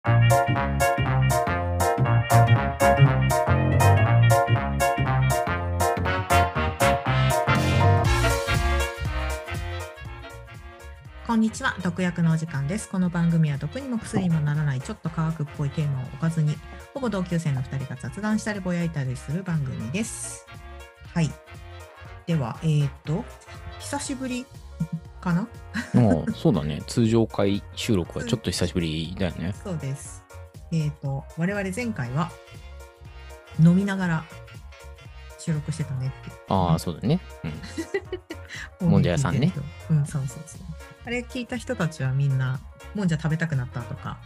こんにちは、毒薬のお時間です。この番組は毒にも薬にもならないちょっと科学っぽいテーマを置かずに、ほぼ同級生の2人が雑談したりぼやいたりする番組です。はい。では、久しぶりかなそうだね。通常回収録はちょっと久しぶりだよね。 そうです。我々前回は飲みながら収録してたねって。 ああ、そうだね。もんじゃ屋さんね。 そう。あれ聞いた人たちはみんなもんじゃ食べたくなったとか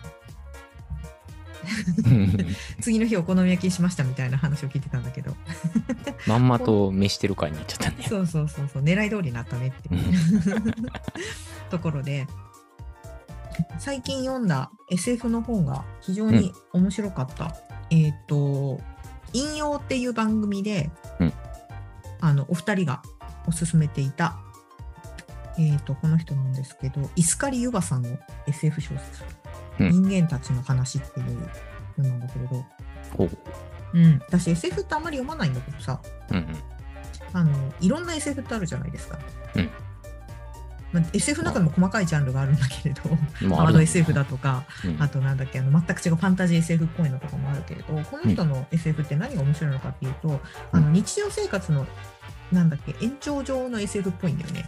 次の日お好み焼きしましたみたいな話を聞いてたんだけどまんまと飯してる回になっちゃったね。 そう狙い通りになったねっていうところで、最近読んだ SF の本が非常に面白かった、引用っていう番組で、お二人がおすすめていたこの人なんですけど、イスカリ・ユバさんの SF 小説、人間たちの話っていうのなんだけれど、私 SF ってあんまり読まないんだけどさ、いろんな SF ってあるじゃないですか。SF の中でも細かいジャンルがあるんだけれど、ハード SF だとか、あとなんだっけ、全く違うファンタジー SF っぽいのとかもあるけれど、この人の SF って何が面白いのかっていうと、日常生活のなんだっけ、延長上の SF っぽいんだよね。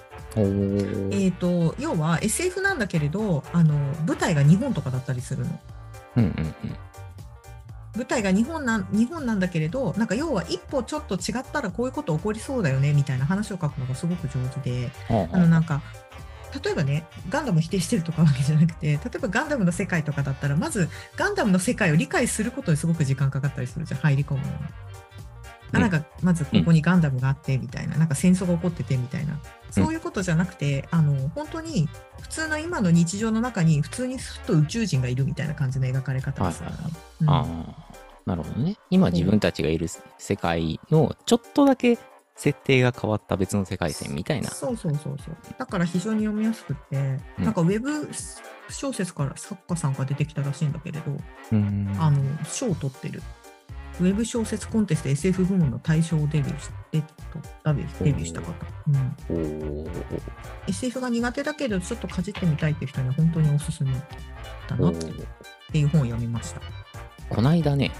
要は SF なんだけれど、舞台が日本とかだったりするの。舞台が日本なんだけれど、なんか要は一歩ちょっと違ったらこういうこと起こりそうだよねみたいな話を書くのがすごく上手で、なんか例えばね、ガンダムを否定してるとかわけじゃなくて、例えばガンダムの世界とかだったら、まずガンダムの世界を理解することにすごく時間かかったりするじゃん、入り込むのに。なんかまずここにガンダムがあってみたいな、なんか戦争が起こっててみたいな、そういうことじゃなくて、本当に普通の今の日常の中に普通にふっと宇宙人がいるみたいな感じの描かれ方ですからね。 なるほどね。今自分たちがいる世界のちょっとだけ設定が変わった別の世界線みたいな。 そう。だから非常に読みやすくって、なんかウェブ小説から作家さんが出てきたらしいんだけれど、賞を取ってる。ウェブ小説コンテスト SF 部門の大賞をデビューした方。SF が苦手だけどちょっとかじってみたいっていう人には本当におすすめだなっていう本を読みました。 この間ね、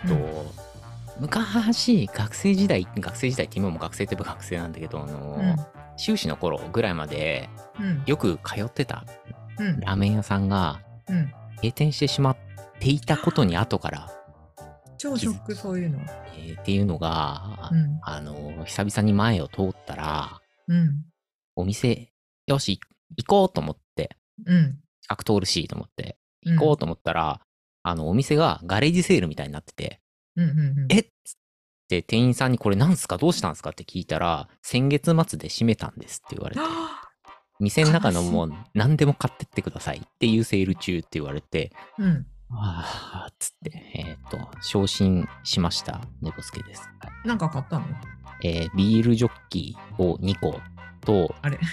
昔学生時代って今も学生といえば学生なんだけど、修士の頃ぐらいまでよく通ってたラーメン屋さんが閉店してしまっていたことに後から超ショック、そういうの。 っていうのが、久々に前を通ったら、お店、よし、行こうと思って、近く通るしと思って、行こうと思ったら、お店がガレージセールみたいになってて、えっつって店員さんにこれなんすかどうしたんすかって聞いたら、先月末で閉めたんですって言われて、店の中のもう何でも買ってってくださいっていうセール中って言われて、つって、昇進しました、ねぼすけです。 なんか買ったの？ ビールジョッキを2個と、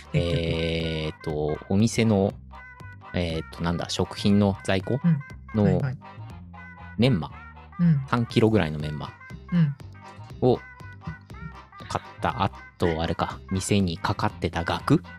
お店の、食品の在庫のメンマ、3キロぐらいのメンマを買った後、あれか、店にかかってた額、フ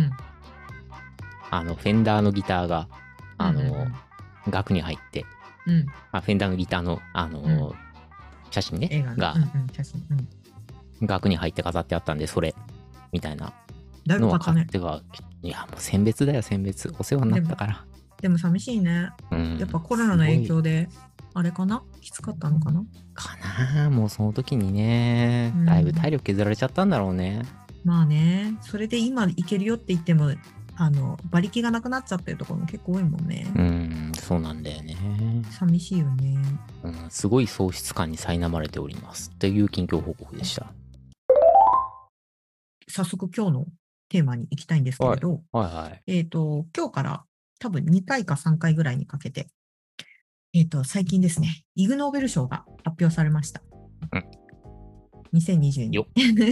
ェンダーのギターが、額に入って、フェンダーのギターの、写真ね、が、額に入って飾ってあったんで、それ、みたいなのを買っては、いや、もう選別だよ、選別。お世話になったから。 でも寂しいね。やっぱコロナの影響で、あれかな？きつかったのかな？ かな？もうその時にね、だいぶ体力削られちゃったんだろうね。 まあね、それで今いけるよって言っても、馬力がなくなっちゃってるところも結構多いもんね。 そうなんだよね。 寂しいよね。 すごい喪失感に苛まれております。という近況報告でした。 早速今日のテーマに行きたいんですけれど、今日から多分2回か3回ぐらいにかけて、最近ですね、イグ・ノーベル賞が発表されました。2022。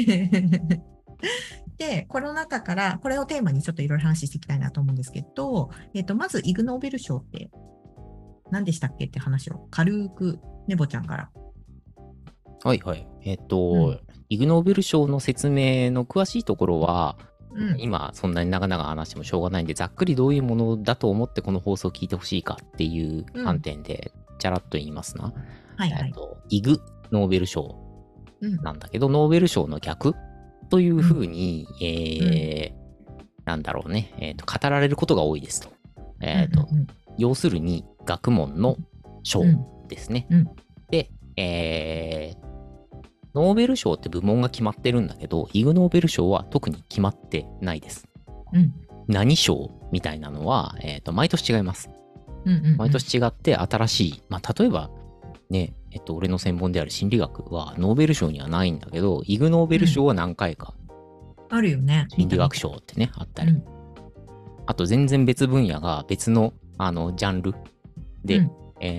で、この中から、これをテーマにちょっといろいろ話していきたいなと思うんですけど、まずイグ・ノーベル賞って何でしたっけって話を軽くねぼちゃんから。 はいはい。イグ・ノーベル賞の説明の詳しいところは、今そんなに長々話してもしょうがないんで、ざっくりどういうものだと思ってこの放送を聞いてほしいかっていう観点でチャラッと言いますな。 はいはい、 イグ・ノーベル賞なんだけど、ノーベル賞の逆というふうに、なんだろうね、語られることが多いですと。要するに学問の賞ですね。で、ノーベル賞って部門が決まってるんだけど、イグ・ノーベル賞は特に決まってないです。何賞みたいなのは、毎年違います。毎年違って新しい、例えばね、俺の専門である心理学はノーベル賞にはないんだけど、イグ・ノーベル賞は何回か、 あるよね。 心理学賞ってね、あったり。あと全然別分野が別の、ジャンルで、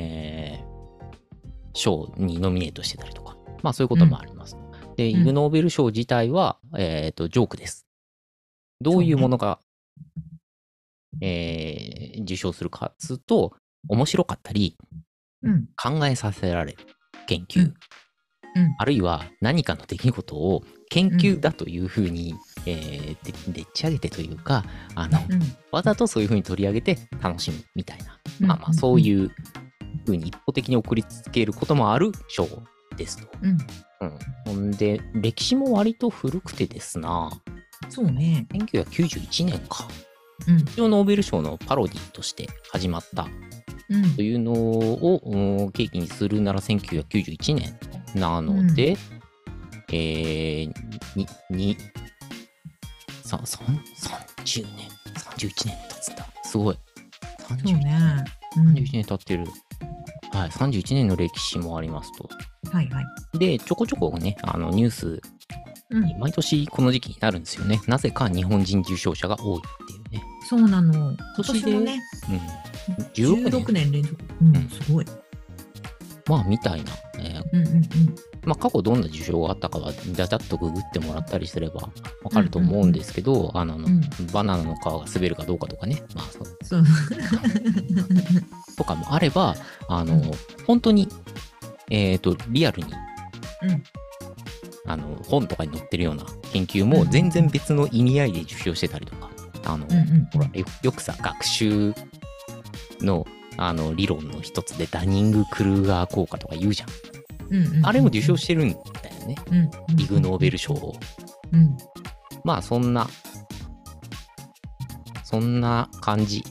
賞にノミネートしてたりとか。そういうこともあります。で、イグ・ノーベル賞自体は、ジョークです。どういうものが、受賞するかつと、面白かったり、考えさせられる研究、あるいは何かの出来事を研究だというふうに、でっち上げてというか、わざとそういうふうに取り上げて楽しむみたいな、そういうふうに一方的に送りつけることもある賞ですと。ほんで、歴史も割と古くてですな。 そうね。 1991年か。一応ノーベル賞のパロディとして始まったというのを契機にするなら1991年なので、30年、31年経つんだ。すごい。31年経ってる。はい、31年の歴史もありますと。で、ちょこちょこね、ニュースに毎年この時期になるんですよね。なぜか日本人受賞者が多いっていうね。 そうなの。今年もね、16年連続。すごい。 みたいな。過去どんな受賞があったかは、じゃじゃっとググってもらったりすればわかると思うんですけど、バナナの皮が滑るかどうかとかね。そうとかもあれば、本当に、リアルに、本とかに載ってるような研究も全然別の意味合いで受賞してたりとか、ほら、よくさ、学習の、理論の一つでダニング・クルーガー効果とか言うじゃん。あれも受賞してるんだよね。イグ・ノーベル賞を。そんな感じ。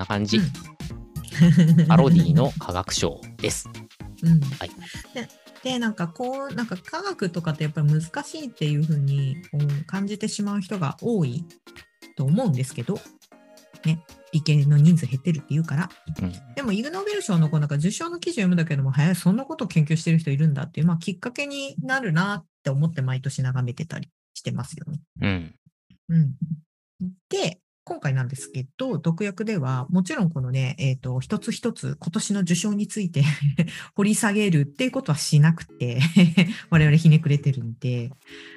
パロディの科学賞です。はい。 で、なんか科学とかってやっぱり難しいっていう風に感じてしまう人が多いと思うんですけど、ね、理系の人数減ってるっていうから。でもイグ・ノーベル賞の受賞の記事を読むだけでも、そんなことを研究してる人いるんだっていう、きっかけになるなって思って毎年眺めてたりしてますよね。で、今回なんですけど、毒薬では、もちろんこのね、一つ一つ今年の受賞について掘り下げるっていうことはしなくて、我々ひねくれてるんで、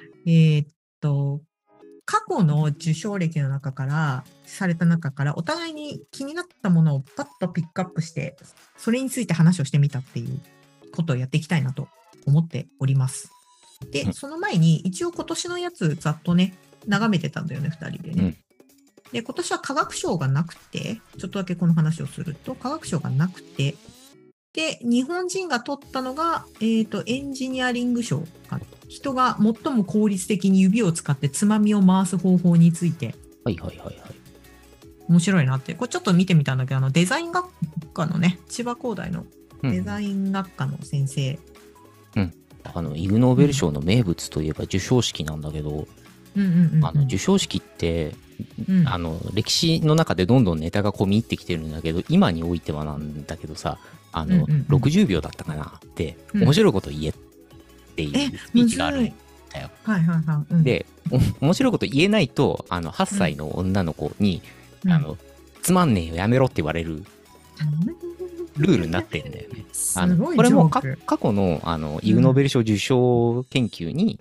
過去の受賞歴の中から、お互いに気になったものをパッとピックアップして、それについて話をしてみたっていうことをやっていきたいなと思っております。で、その前に一応今年のやつざっとね、眺めてたんだよね、2人でね。で、今年は科学賞がなくて、ちょっとだけこの話をすると、科学賞がなくて、で、日本人が取ったのが、エンジニアリング賞かな。人が最も効率的に指を使ってつまみを回す方法について。面白いなって。これちょっと見てみたんだけど、デザイン学科のね、千葉工大のデザイン学科の先生。 イグ・ノーベル賞の名物といえば授賞式なんだけど、授賞式って、歴史の中でどんどんネタが込み入ってきてるんだけど、今においてはなんだけどさ、60秒だったかなって、面白いこと言えっていうスピーチがあるんだよ。で、面白いこと言えないと、8歳の女の子に、つまんねえよ、やめろって言われるルールになってるんだよね。これも過去のイグ・ノーベル賞受賞研究に、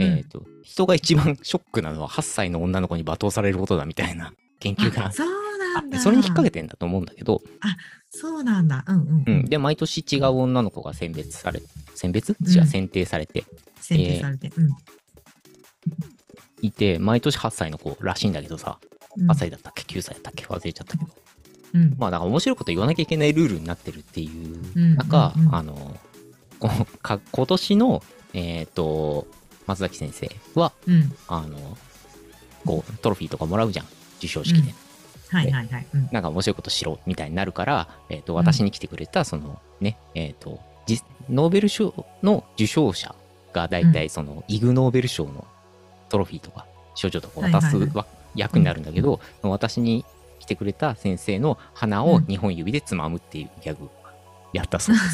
人が一番ショックなのは8歳の女の子に罵倒されることだみたいな研究がなんだ。 それに引っ掛けてんだと思うんだけど。 あ、そうなんだ。 で、毎年違う女の子が選定されて。選定されて。いて、毎年8歳の子らしいんだけどさ、8歳だったっけ ?9 歳だったっけ忘れちゃったけど。まあ、だから面白いこと言わなきゃいけないルールになってるっていう中、今年の、松崎先生は、こう、トロフィーとかもらうじゃん。授賞式で。なんか面白いことしろみたいになるから、私に来てくれた、そのね、ノーベル賞の受賞者が大体その、イグノーベル賞のトロフィーとか賞状とか渡す役になるんだけど、私に来てくれた先生の鼻を2本指でつまむっていうギャグをやったそうです。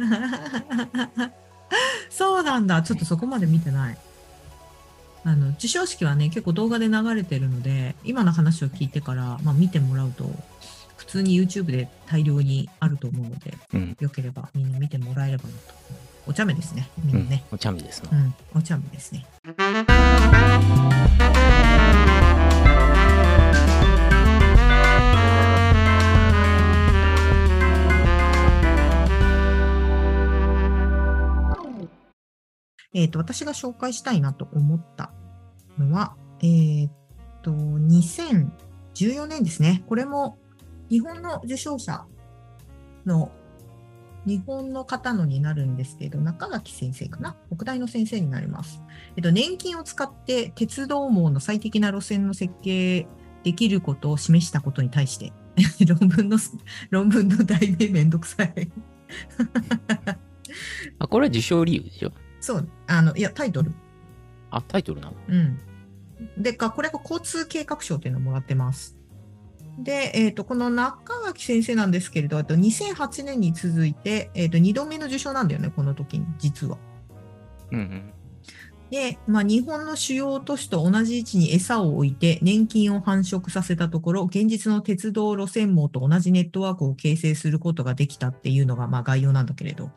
そうなんだ。ちょっとそこまで見てない。授賞式はね、結構動画で流れてるので、今の話を聞いてから、まあ、見てもらうと、普通に YouTube で大量にあると思うので、よければみんな見てもらえればなと。お茶目ですね、みんなね。 お茶目ですな。 お茶目ですね。私が紹介したいなと思ったのは、2014年ですね。これも日本の受賞者の日本の方のになるんですけど、中垣先生かな、北大の先生になります。年金を使って鉄道網の最適な路線の設計できることを示したことに対して、論文の題名めんどくさい。 これは受賞理由でしょ？ そう、いや、タイトル。 タイトルなの？ で、これが交通計画賞っていうのをもらってます。で、この中垣先生なんですけれど、2008年に続いて、2度目の受賞なんだよね、この時に、実は。で、まあ、日本の主要都市と同じ位置に餌を置いて、年金を繁殖させたところ、現実の鉄道路線網と同じネットワークを形成することができたっていうのが、まあ、概要なんだけれど。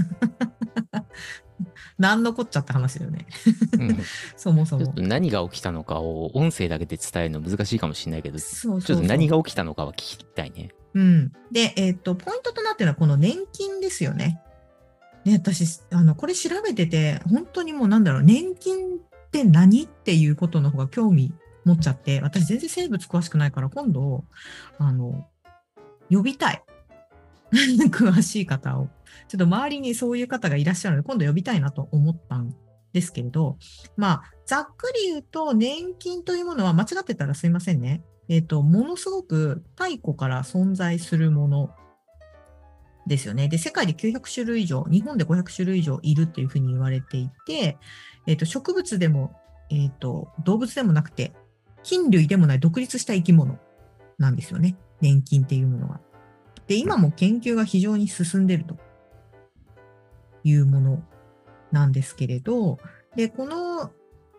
何のこっちゃって話だよね。そもそも。 ちょっと何が起きたのかを音声だけで伝えるの難しいかもしれないけど、ちょっと何が起きたのかは聞きたいね。 で、ポイントとなっているのはこの年金ですよね。ね、私、これ調べてて、本当にもう年金って何っていうことの方が興味持っちゃって、私全然生物詳しくないから、今度、呼びたい。詳しい方を。ちょっと周りにそういう方がいらっしゃるので、今度呼びたいなと思ったんですけれど、まあ、ざっくり言うと、年金というものは間違ってたらすいませんね。ものすごく太古から存在するものですよね。で、世界で900種類以上、日本で500種類以上いるっていうふうに言われていて、植物でも、動物でもなくて、菌類でもない独立した生き物なんですよね。年金っていうものは。で、今も研究が非常に進んでいるというものなんですけれど、で、この、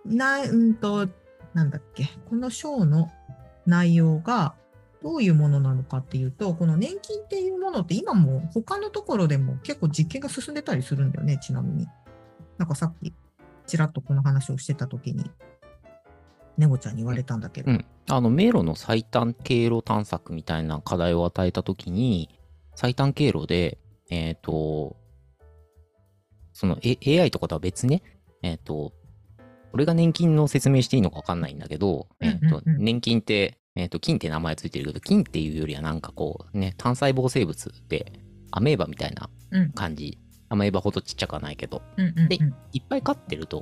この章の内容がどういうものなのかっていうと、この年金っていうものって今も他のところでも結構実験が進んでたりするんだよね、ちなみに。なんかさっき、ちらっとこの話をしてたときに、ネゴちゃんに言われたんだけど。 迷路の最短経路探索みたいな課題を与えたときに、最短経路で、その AI とかとは別ね、俺が年金の説明していいのか分かんないんだけど、年金って、菌って名前ついてるけど、菌っていうよりはなんかこうね、単細胞生物で、アメーバみたいな感じ。アメーバほどちっちゃくはないけど。で、いっぱい飼ってると、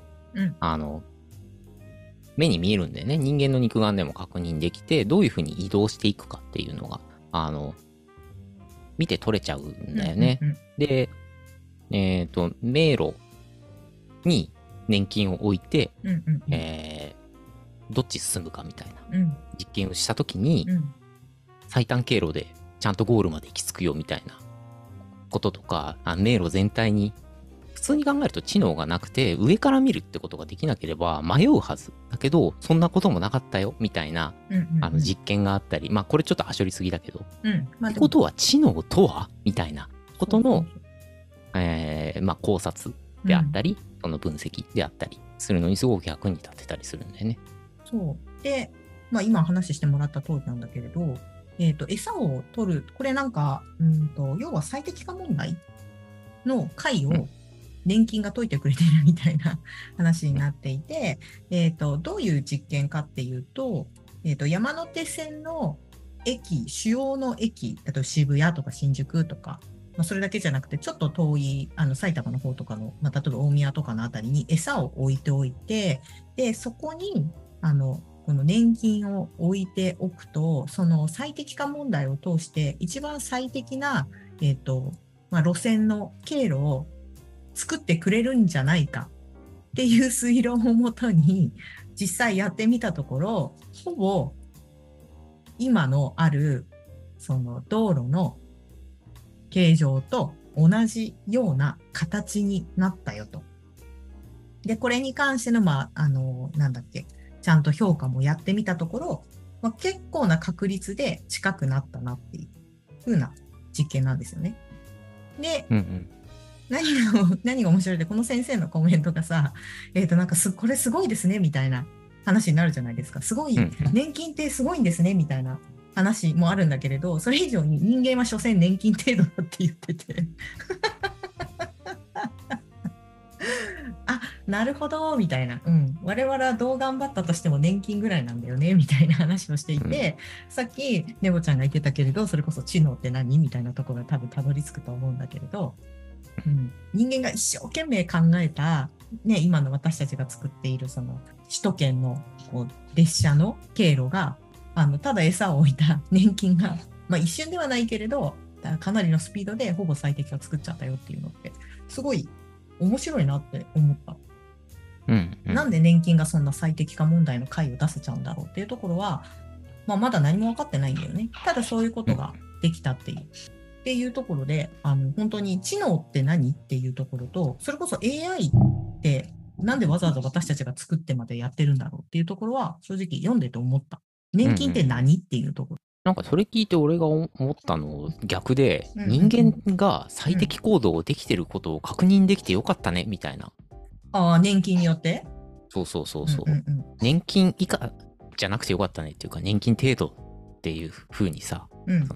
目に見えるんだよね。人間の肉眼でも確認できて、どういうふうに移動していくかっていうのが、見て取れちゃうんだよね。で、迷路に年金を置いて、どっち進むかみたいな実験をしたときに、最短経路でちゃんとゴールまで行き着くよみたいなこととか、迷路全体に普通に考えると知能がなくて上から見るってことができなければ迷うはずだけど、そんなこともなかったよみたいな実験があったり、まあこれちょっとはしょりすぎだけど、ってことは知能とはみたいなことのまあ考察であったり、その分析であったりするのにすごく役に立てたりするんだよね。 そうで、まあ、今話してもらった通りなんだけれど、 餌を取る、これなんか、要は最適化問題の解を年金が解いてくれてるみたいな話になっていて、どういう実験かっていうと、山手線の駅、主要の駅、あと渋谷とか新宿とか、それだけじゃなくて、ちょっと遠い、埼玉の方とかの、例えば大宮とかのあたりに餌を置いておいて、で、そこに、この年金を置いておくと、その最適化問題を通して、一番最適な、路線の経路を作ってくれるんじゃないかっていう推論をもとに、実際やってみたところ、ほぼ今のあるその道路の形状と同じような形になったよと。で、これに関しての、ちゃんと評価もやってみたところ、結構な確率で近くなったなっていう風な実験なんですよね。で、何が面白いって、この先生のコメントがさ、これすごいですねみたいな話になるじゃないですか。すごい、年金ってすごいんですねみたいな話もあるんだけれど、それ以上に人間は所詮年金程度だって言っててあ、なるほどみたいな、我々はどう頑張ったとしても年金ぐらいなんだよねみたいな話をしていて、さっきネボちゃんが言ってたけれど、それこそ知能って何みたいなところが多分たどり着くと思うんだけれど、人間が一生懸命考えた、今の私たちが作っているその首都圏の列車の経路がただ餌を置いた年金が、一瞬ではないけれどかなりのスピードでほぼ最適化作っちゃったよっていうのってすごい面白いなって思った。なんで年金がそんな最適化問題の解を出せちゃうんだろうっていうところは、まだ何も分かってないんだよね。ただそういうことができたっていうところで、本当に知能って何っていうところと、それこそ AI ってなんでわざわざ私たちが作ってまでやってるんだろうっていうところは正直読んでて思った。年金って何っていうところ。 なんかそれ聞いて俺が思ったの逆で、人間が最適行動をできてることを確認できてよかったねみたいな。 年金によって？ そう。年金以下じゃなくてよかったねっていうか、年金程度っていう風にさ、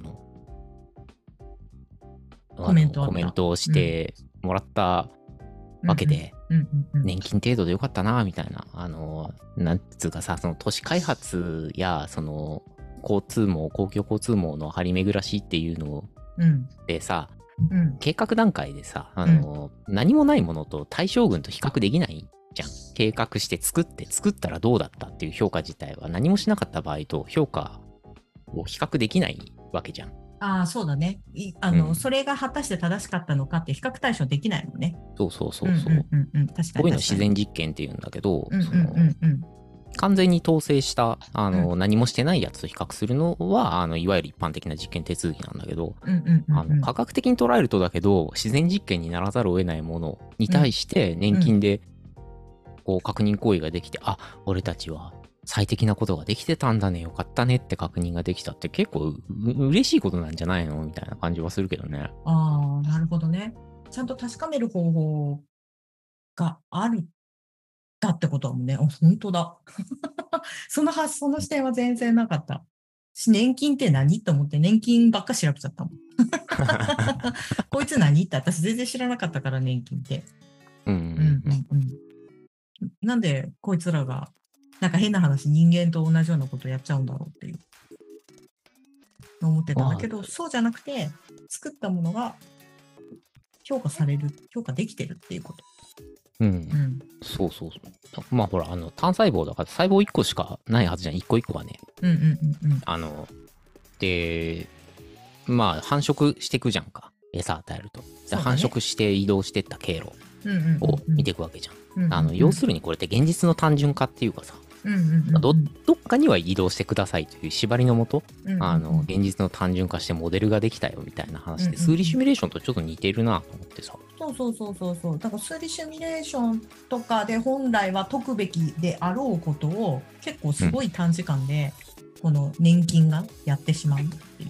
コメントをしてもらったわけで、年金程度でよかったなみたいな、なんつうかさ、その都市開発やその交通網、公共交通網の張り巡らしっていうのでさ、計画段階でさ、何もないものと対象群と比較できないじゃん。計画して作ったらどうだったっていう評価自体は何もしなかった場合と評価を比較できないわけじゃん。 そうだね。それが果たして正しかったのかって比較対象できないもんね。 そう。こういうの自然実験っていうんだけど、完全に統制した何もしてないやつと比較するのは、いわゆる一般的な実験手続きなんだけど、科学的に捉えるとだけど、自然実験にならざるを得ないものに対して年金でこう確認行為ができて、俺たちは最適なことができてたんだね、よかったねって確認ができたって結構嬉しいことなんじゃないのみたいな感じはするけどね。 なるほどね。ちゃんと確かめる方法があるだってことはもうね、本当だ。その視点は全然なかった。年金って何と思って年金ばっか調べちゃったもん。こいつ何って私全然知らなかったから、年金って。なんでこいつらがなんか変な話、人間と同じようなことをやっちゃうんだろうっていう思ってたんだけど、そうじゃなくて作ったものが評価できてるっていうこと。 そう。ほら、単細胞だから細胞1個しかないはずじゃん、1個1個はね。で、繁殖していくじゃんか、餌与えると。繁殖して移動してった経路を見ていくわけじゃん。要するにこれって現実の単純化っていうかさ、どっかには移動してくださいという縛りのもと、現実の単純化してモデルができたよみたいな話で、数理シミュレーションとちょっと似てるなと思ってさ。 そう。だから数理シミュレーションとかで本来は解くべきであろうことを結構すごい短時間でこの年金がやってしまうっていう。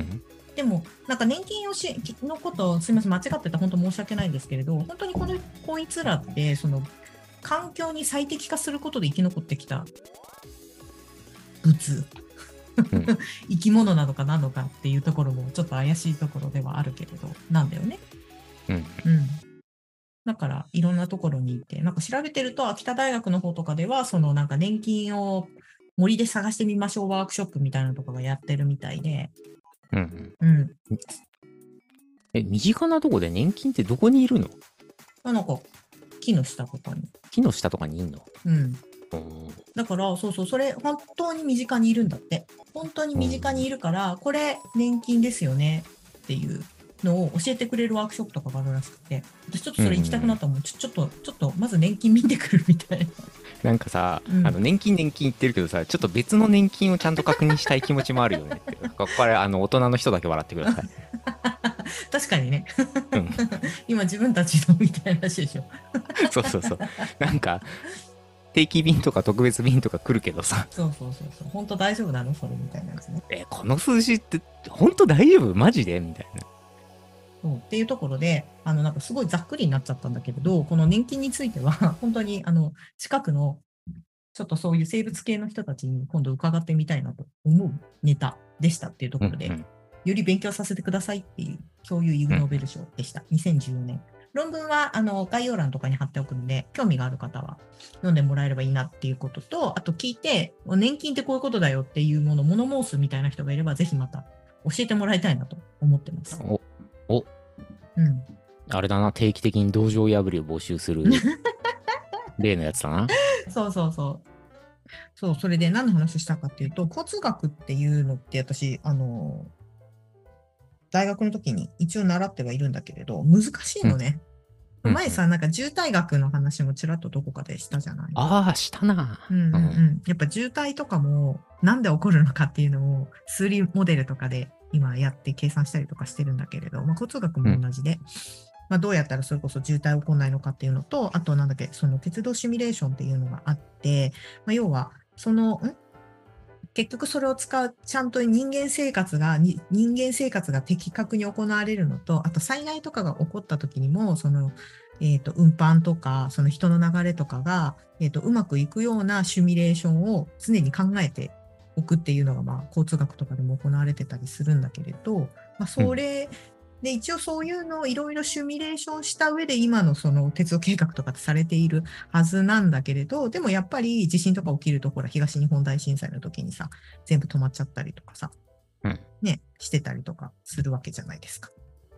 でもなんか年金のことすみません間違ってたら本当申し訳ないんですけれど、本当にこいつらってその環境に最適化することで生き残ってきた物生き物なのか何のかっていうところもちょっと怪しいところではあるけれど、なんだよね。だからいろんなところに行って、なんか調べてると秋田大学の方とかでは、そのなんか年金を森で探してみましょうワークショップみたいなのとかがやってるみたいで。 身近なとこで年金ってどこにいるの？ なんか木の下とかに。 木の下とかにいるの？ だから、それ本当に身近にいるんだって。本当に身近にいるから、これ年金ですよねっていうのを教えてくれるワークショップとかがあるらしくて、私ちょっとそれ行きたくなったもん。ちょっとまず年金見てくるみたいな。 なんかさ、年金言ってるけどさ、ちょっと別の年金をちゃんと確認したい気持ちもあるよねって。これ大人の人だけ笑ってください。 確かにね。今自分たちのみたいな話でしょ。 そう。なんか、定期便とか特別便とか来るけどさ。 そう。本当大丈夫なのそれみたいなやつね。 この数字って本当大丈夫マジでみたいな。 そうっていうところで、なんかすごいざっくりになっちゃったんだけれど、この年金については、本当に、近くの、ちょっとそういう生物系の人たちに今度伺ってみたいなと思うネタでしたっていうところで、より勉強させてくださいっていう共有イグ・ノーベル賞でした。2014年。論文は概要欄とかに貼っておくので、興味がある方は読んでもらえればいいなっていうことと、あと聞いて、年金ってこういうことだよっていうものを物申すみたいな人がいれば、ぜひまた教えてもらいたいなと思ってます。 あれだな、定期的に道場破りを募集する例のやつだな。 そう、それで何の話したかっていうと、交通学っていうのって私、大学の時に一応習ってはいるんだけれど、難しいのね。前さ、なんか渋滞学の話もちらっとどこかでしたじゃない？ したな。 やっぱ渋滞とかもなんで起こるのかっていうのを数理モデルとかで今やって計算したりとかしてるんだけれど、交通学も同じで、どうやったらそれこそ渋滞起こらないのかっていうのと、あとその鉄道シミュレーションっていうのがあって、要は結局それを使う、ちゃんと人間生活が的確に行われるのと、あと災害とかが起こった時にも、運搬とか、その人の流れとかが、うまくいくようなシミュレーションを常に考えておくっていうのが、交通学とかでも行われてたりするんだけれど、それで、一応そういうのをいろいろシミュレーションした上で今のその鉄道計画とかってされているはずなんだけれど、でもやっぱり地震とか起きると、ほら、東日本大震災の時にさ、全部止まっちゃったりとかさ、してたりとかするわけじゃないですか。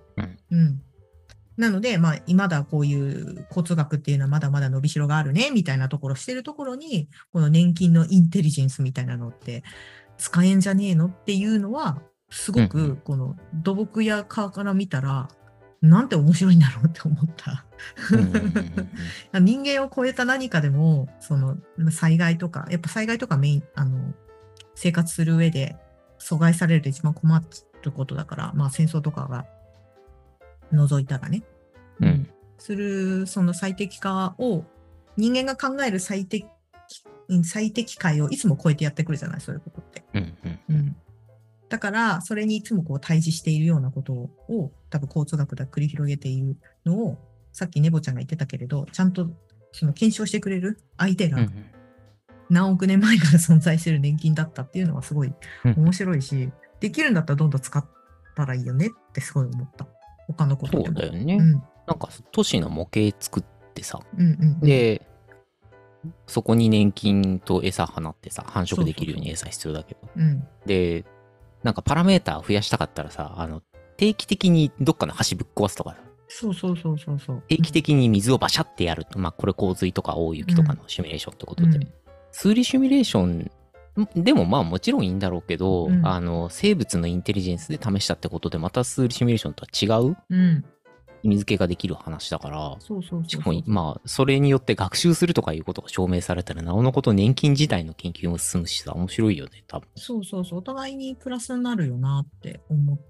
なので、まだこういう交通学っていうのはまだまだ伸びしろがあるね、みたいなところしてるところに、この年金のインテリジェンスみたいなのって使えんじゃねえのっていうのは、すごく、この土木屋側から見たら、なんて面白いんだろうって思った。人間を超えた何かでも、災害とか、やっぱ災害とか生活する上で阻害されると一番困ることだから、戦争とかが除いたらね、するその最適化を、人間が考える最適解をいつも超えてやってくるじゃない、そういうことって。だから、それにいつも対峙しているようなことを、多分交通学で繰り広げているのを、さっきネボちゃんが言ってたけれど、ちゃんとその検証してくれる相手が、何億年前から存在している年金だったっていうのはすごい面白いし、できるんだったらどんどん使ったらいいよねってすごい思った。他のことでも。 そうだよね。なんか都市の模型作ってさ、で、そこに年金と餌放ってさ、繁殖できるように餌必要だけど。で、なんかパラメーター増やしたかったらさ、定期的にどっかの橋ぶっ壊すとか、定期的に水をバシャってやると、これ洪水とか大雪とかのシミュレーションってことで、数理シミュレーションでももちろんいいんだろうけど、生物のインテリジェンスで試したってことで、また数理シミュレーションとは違う意味付けができる話だから、しかもそれによって学習するとかいうことが証明されたら、なおのこと年金自体の研究も進むしさ、面白いよね、多分。 お互いにプラスになるよなって思った。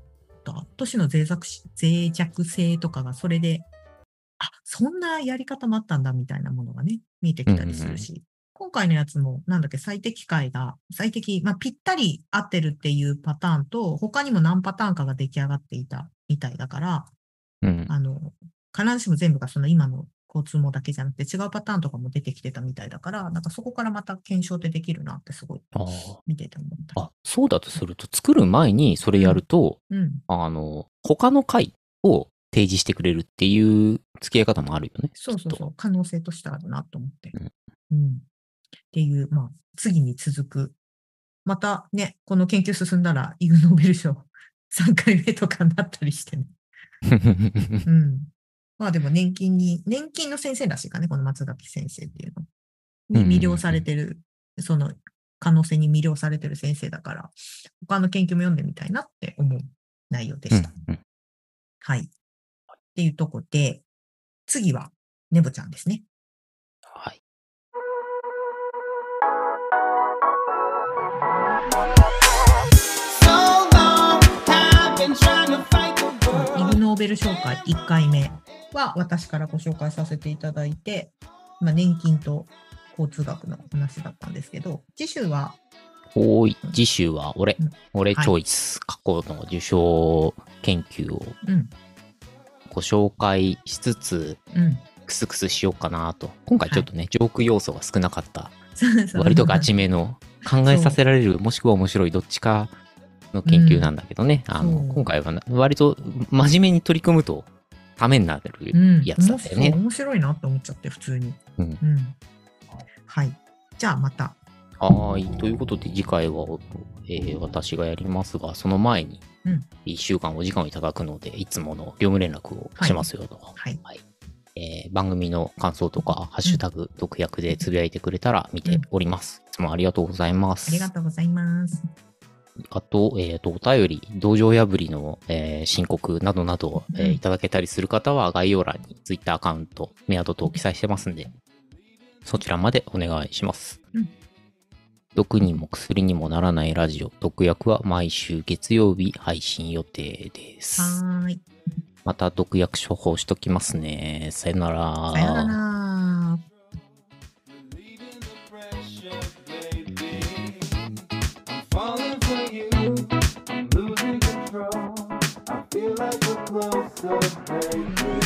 都市の脆弱性とかがそれで、そんなやり方もあったんだみたいなものがね、見えてきたりするし。今回のやつも、最適解が、ぴったり合ってるっていうパターンと、他にも何パターンかが出来上がっていたみたいだから、必ずしも全部がその今の交通網だけじゃなくて違うパターンとかも出てきてたみたいだから、なんかそこからまた検証ってできるなってすごい見てて思った。 あ、そうだとすると、作る前にそれやると、他の回を提示してくれるっていう付き合い方もあるよね。 そう。可能性としてあるなと思って。っていう、次に続く。またね、この研究進んだら、イグ・ノーベル賞3回目とかになったりしてね。でも年金の先生らしいかね、この松垣先生っていうのに魅了されてる、その可能性に魅了されてる先生だから、他の研究も読んでみたいなって思う内容でした。はい。っていうとこで、次は、ネボちゃんですね。 はい。 イグ・ノーベル賞会1回目は私からご紹介させていただいて、年金と交通学の話だったんですけど、次週は次週は俺チョイス過去の受賞研究をご紹介しつつ、クスクスしようかなと。今回ちょっとね、ジョーク要素が少なかった、割とガチめの考えさせられる、もしくは面白いどっちかの研究なんだけどね、今回は割と真面目に取り組むとためになるやつだったよね。 面白いなって思っちゃって、普通に。はい。じゃあまた。 はい。ということで次回は、私がやりますが、その前に1週間お時間をいただくので、いつもの業務連絡をしますよと。番組の感想とか、ハッシュタグ、毒薬でつぶやいてくれたら見ております。いつもありがとうございます。 ありがとうございます。 あと、お便り、道場破りの、申告などなど、いただけたりする方は、概要欄に Twitter アカウント、メアドと記載してますんで、そちらまでお願いします。毒にも薬にもならないラジオ、毒薬は毎週月曜日配信予定です。また毒薬処方しときますね。さよなら。 さよなら。Feel like we're closer, baby.